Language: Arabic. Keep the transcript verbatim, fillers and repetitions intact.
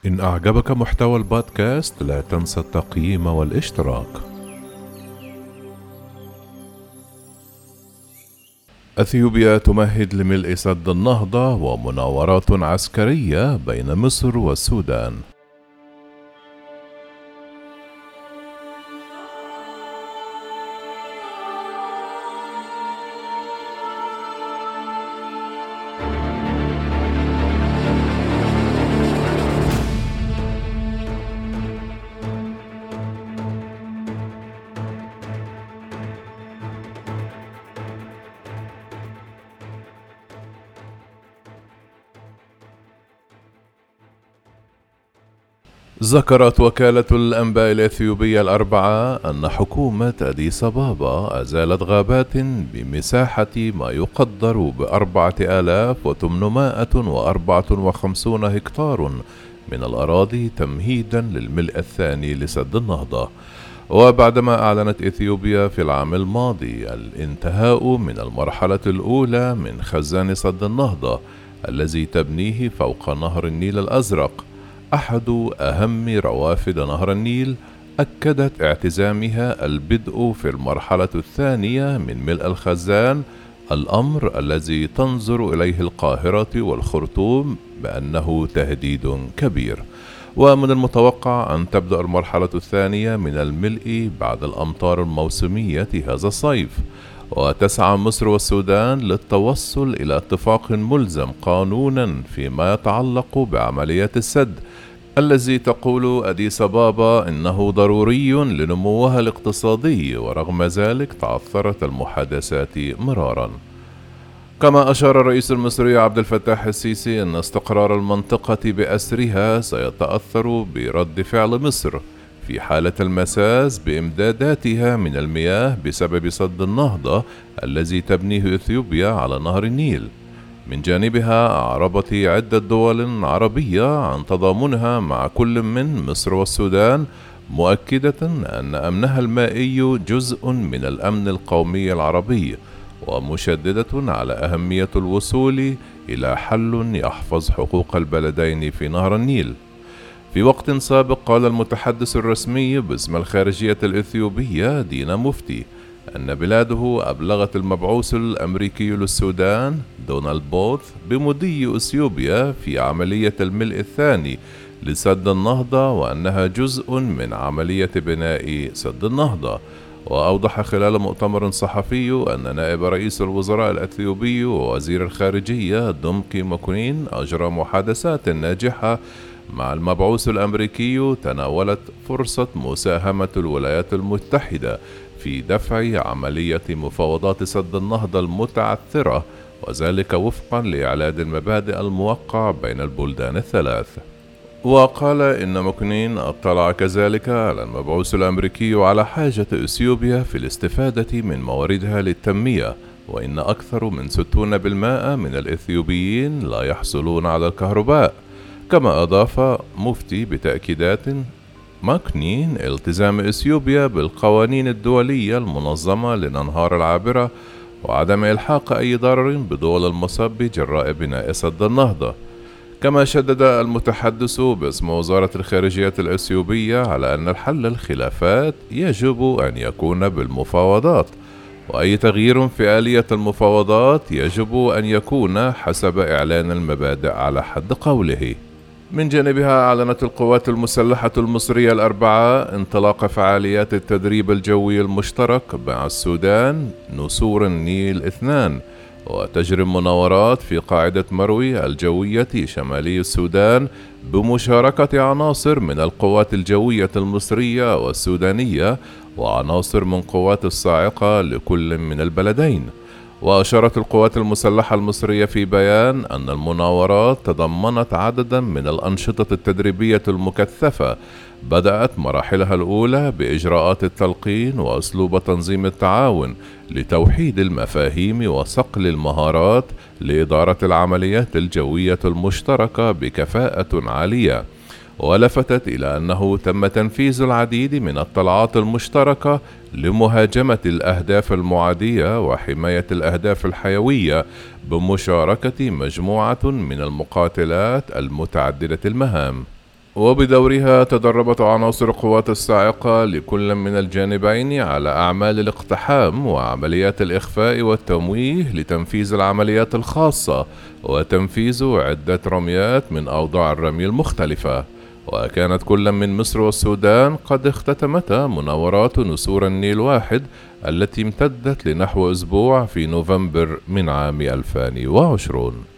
إن أعجبك محتوى البودكاست لا تنسى التقييم والاشتراك. أثيوبيا تمهد لملء سد النهضة ومناورات عسكرية بين مصر والسودان. ذكرت وكالة الأنباء الإثيوبية الأربعاء أن حكومة أديس أبابا أزالت غابات بمساحة ما يقدر بأربعة آلاف وثمانمائة وأربعة وخمسين هكتار من الأراضي تمهيدا للملء الثاني لسد النهضة. وبعدما أعلنت إثيوبيا في العام الماضي الانتهاء من المرحلة الأولى من خزان سد النهضة الذي تبنيه فوق نهر النيل الأزرق، أحد أهم روافد نهر النيل، أكدت اعتزامها البدء في المرحلة الثانية من ملء الخزان، الأمر الذي تنظر إليه القاهرة والخرطوم بأنه تهديد كبير. ومن المتوقع أن تبدأ المرحلة الثانية من الملء بعد الأمطار الموسمية هذا الصيف. وتسعى مصر والسودان للتوصل إلى اتفاق ملزم قانونا فيما يتعلق بعمليات السد الذي تقول أديس أبابا إنه ضروري لنموها الاقتصادي، ورغم ذلك تعثرت المحادثات مرارا. كما أشار الرئيس المصري عبد الفتاح السيسي أن استقرار المنطقة بأسرها سيتأثر برد فعل مصر في حالة المساس بإمداداتها من المياه بسبب سد النهضة الذي تبنيه إثيوبيا على نهر النيل. من جانبها أعربت عدة دول عربية عن تضامنها مع كل من مصر والسودان، مؤكدة أن أمنها المائي جزء من الأمن القومي العربي، ومشددة على أهمية الوصول إلى حل يحفظ حقوق البلدين في نهر النيل. في وقت سابق قال المتحدث الرسمي باسم الخارجية الإثيوبية دينا مفتي أن بلاده أبلغت المبعوث الأمريكي للسودان دونالد بوث بمضي إثيوبيا في عملية الملء الثاني لسد النهضة، وأنها جزء من عملية بناء سد النهضة. وأوضح خلال مؤتمر صحفي أن نائب رئيس الوزراء الأثيوبي ووزير الخارجية دومكي مكونين أجرى محادثات ناجحة مع المبعوث الأمريكي تناولت فرصة مساهمة الولايات المتحدة في دفع عملية مفاوضات سد النهضة المتعثرة، وذلك وفقا لإعلان المبادئ الموقع بين البلدان الثلاث. وقال إن مكنين اطلع كذلك على المبعوث الأمريكي على حاجة إثيوبيا في الاستفادة من مواردها للتنمية، وإن أكثر من ستين بالمئة من الإثيوبيين لا يحصلون على الكهرباء. كما أضاف مفتي بتأكيدات مكنين التزام إثيوبيا بالقوانين الدولية المنظمة للأنهار العابرة وعدم إلحاق أي ضرر بدول المصب جراء بناء سد النهضة. كما شدد المتحدث باسم وزارة الخارجية الإثيوبية على أن الحل الخلافات يجب أن يكون بالمفاوضات، وأي تغيير في آلية المفاوضات يجب أن يكون حسب إعلان المبادئ على حد قوله. من جانبها أعلنت القوات المسلحة المصرية الأربعاء انطلاق فعاليات التدريب الجوي المشترك مع السودان نسور النيل اثنان، وتجري المناورات في قاعدة مروي الجوية شمالي السودان بمشاركة عناصر من القوات الجوية المصرية والسودانية وعناصر من قوات الصاعقة لكل من البلدين. وأشارت القوات المسلحة المصرية في بيان أن المناورات تضمنت عددا من الأنشطة التدريبية المكثفة بدأت مراحلها الأولى بإجراءات التلقين وأسلوب تنظيم التعاون لتوحيد المفاهيم وصقل المهارات لإدارة العمليات الجوية المشتركة بكفاءة عالية. ولفتت إلى أنه تم تنفيذ العديد من الطلعات المشتركة لمهاجمة الأهداف المعادية وحماية الأهداف الحيوية بمشاركة مجموعة من المقاتلات المتعددة المهام. وبدورها تدربت عناصر القوات الصاعقة لكل من الجانبين على أعمال الاقتحام وعمليات الإخفاء والتمويه لتنفيذ العمليات الخاصة وتنفيذ عدة رميات من أوضاع الرمي المختلفة. وكانت كل من مصر والسودان قد اختتمتا مناورات نسور النيل واحد التي امتدت لنحو أسبوع في نوفمبر من عام ألفين وعشرين.